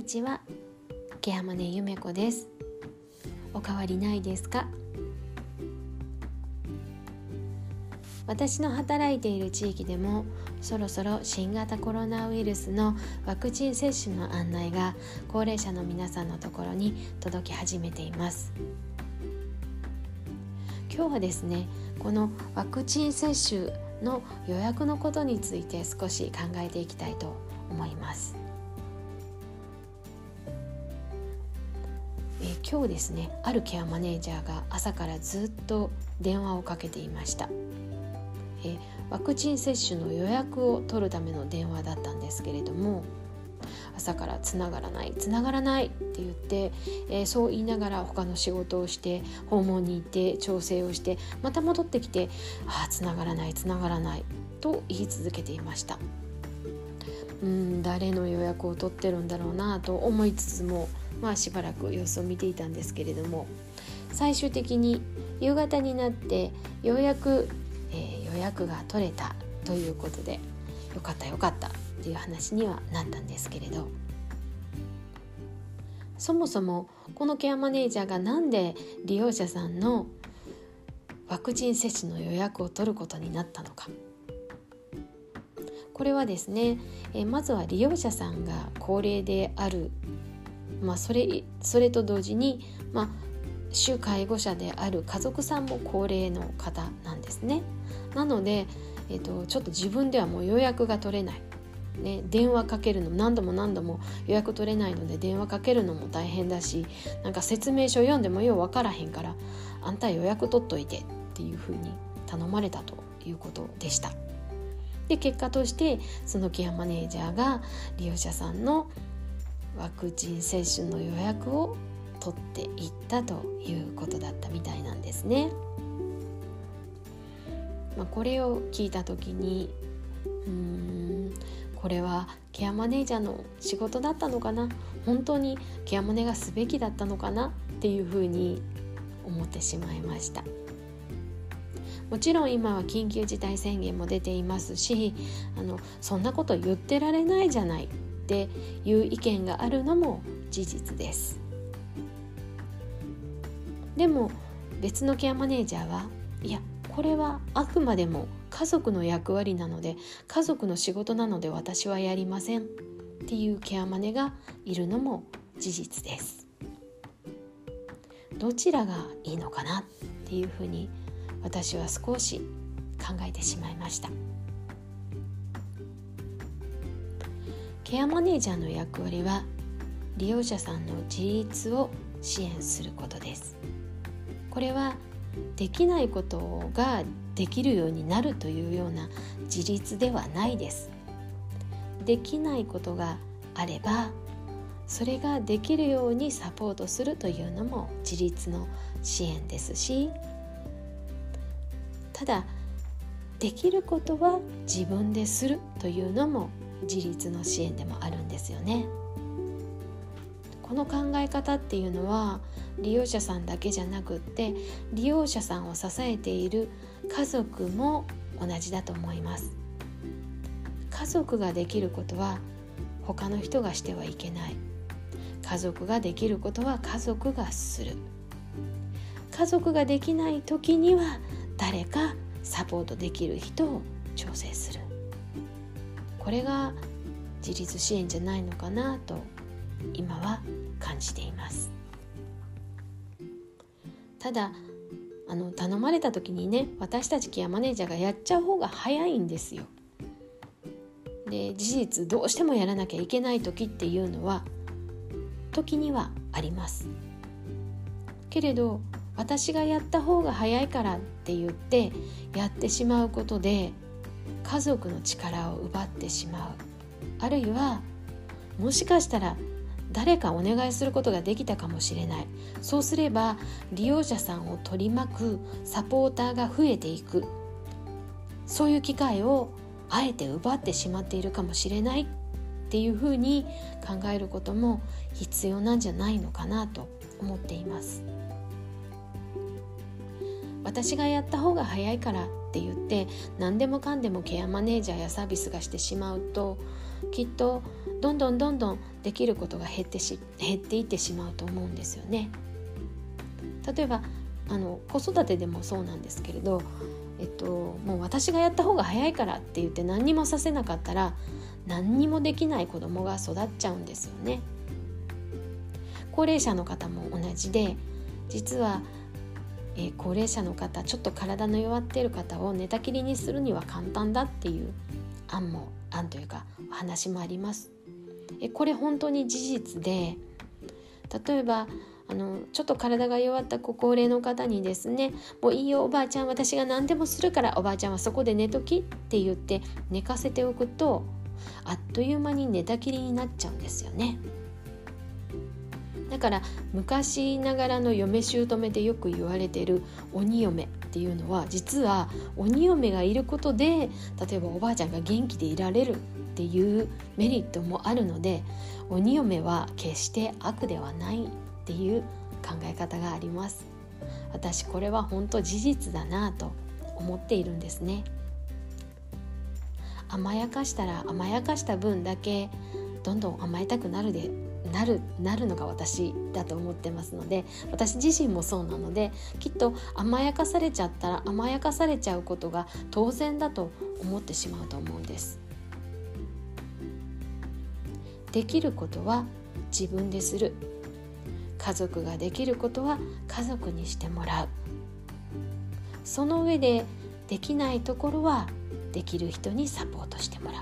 にちは、ケアマネゆめこです。お変わりないですか？私の働いている地域でもそろそろ新型コロナウイルスのワクチン接種の案内が高齢者の皆さんのところに届き始めています。今日はですね、このワクチン接種の予約のことについて少し考えていきたいと思います。今日ですね、あるケアマネージャーが朝からずっと電話をかけていました。ワクチン接種の予約を取るための電話だったんですけれども、朝からつながらないって言って、そう言いながら他の仕事をして訪問に行って調整をしてまた戻ってきて、つながらないと言い続けていました。誰の予約を取ってるんだろうなと思いつつも、しばらく様子を見ていたんですけれども、最終的に夕方になってようやく、予約が取れたということで、よかったっていう話にはなったんですけれど、そもそもこのケアマネージャーがなんで利用者さんのワクチン接種の予約を取ることになったのか。これはですね、まずは利用者さんが高齢である、それと同時に、主介護者である家族さんも高齢の方なんですね。なので、ちょっと自分ではもう予約が取れない、電話かけるの何度も予約取れないので電話かけるのも大変だし、説明書読んでもよう分からへんから、あんた予約取っといてっていうふうに頼まれたということでした。で、結果としてそのケアマネージャーが利用者さんのワクチン接種の予約を取っていったということだったみたいなんですね。これを聞いた時に、これはケアマネージャーの仕事だったのかな、本当にケアマネがすべきだったのかなっていうふうに思ってしまいました。もちろん今は緊急事態宣言も出ていますし、そんなこと言ってられないじゃないっていう意見があるのも事実です。でも別のケアマネージャーは、いや、これはあくまでも家族の役割なので、家族の仕事なので私はやりませんっていうケアマネがいるのも事実です。どちらがいいのかなっていうふうに私は少し考えてしまいました。ケアマネージャーの役割は利用者さんの自立を支援することです。これはできないことができるようになるというような自立ではないです。できないことがあればそれができるようにサポートするというのも自立の支援ですし、ただできることは自分でするというのも自立の支援でもあるんですよね。この考え方っていうのは利用者さんだけじゃなくって、利用者さんを支えている家族も同じだと思います。家族ができることは他の人がしてはいけない。家族ができることは家族がする。家族ができない時には誰かサポートできる人を調整する。これが自立支援じゃないのかなと今は感じています。ただ頼まれた時にね、私たちケアマネージャーがやっちゃう方が早いんですよ。で、事実どうしてもやらなきゃいけない時っていうのは時にはありますけれど、私がやった方が早いからって言ってやってしまうことで家族の力を奪ってしまう。あるいはもしかしたら誰かお願いすることができたかもしれない。そうすれば利用者さんを取り巻くサポーターが増えていく。そういう機会をあえて奪ってしまっているかもしれないっていうふうに考えることも必要なんじゃないのかなと思っています。私がやった方が早いからって言って何でもかんでもケアマネージャーやサービスがしてしまうと、きっとどんどんできることが減っていってしまうと思うんですよね。例えば子育てでもそうなんですけれど、もう私がやった方が早いからって言って何にもさせなかったら何にもできない子供が育っちゃうんですよね。高齢者の方も同じで、実は、高齢者の方、ちょっと体の弱っている方を寝たきりにするには簡単だっていう案というかお話もあります。これ本当に事実で、例えばちょっと体が弱ったご高齢の方にですね、もういいよおばあちゃん、私が何でもするからおばあちゃんはそこで寝ときって言って寝かせておくと、あっという間に寝たきりになっちゃうんですよね。だから昔ながらの嫁姑でよく言われている鬼嫁っていうのは、実は鬼嫁がいることで例えばおばあちゃんが元気でいられるっていうメリットもあるので、鬼嫁は決して悪ではないっていう考え方があります。私これは本当事実だなと思っているんですね。甘やかしたら甘やかした分だけどんどん甘えたくなるのが私だと思ってますので、私自身もそうなので、きっと甘やかされちゃったら甘やかされちゃうことが当然だと思ってしまうと思うんです。できることは自分でする。家族ができることは家族にしてもらう。その上でできないところはできる人にサポートしてもらう。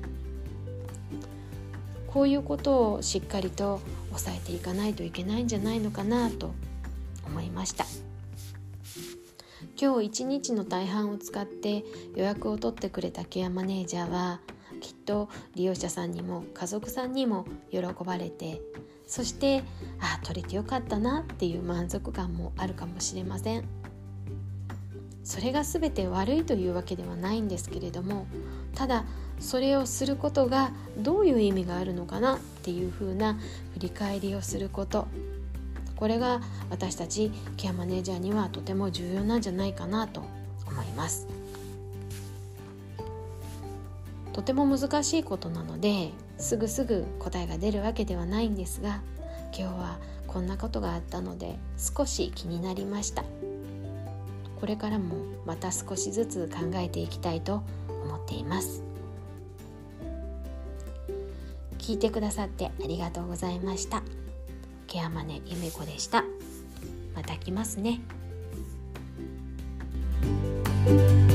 こういうことをしっかりと抑えていかないといけないんじゃないのかなと思いました。今日一日の大半を使って予約を取ってくれたケアマネージャーは、きっと利用者さんにも家族さんにも喜ばれて、そして取れてよかったなっていう満足感もあるかもしれません。それが全て悪いというわけではないんですけれども、ただそれをすることがどういう意味があるのかなっていうふうな振り返りをすること、これが私たちケアマネージャーにはとても重要なんじゃないかなと思います。とても難しいことなのですぐ答えが出るわけではないんですが、今日はこんなことがあったので少し気になりました。これからもまた少しずつ考えていきたいと思っています。聞いてくださってありがとうございました。ケアマネゆめこでした。また来ますね。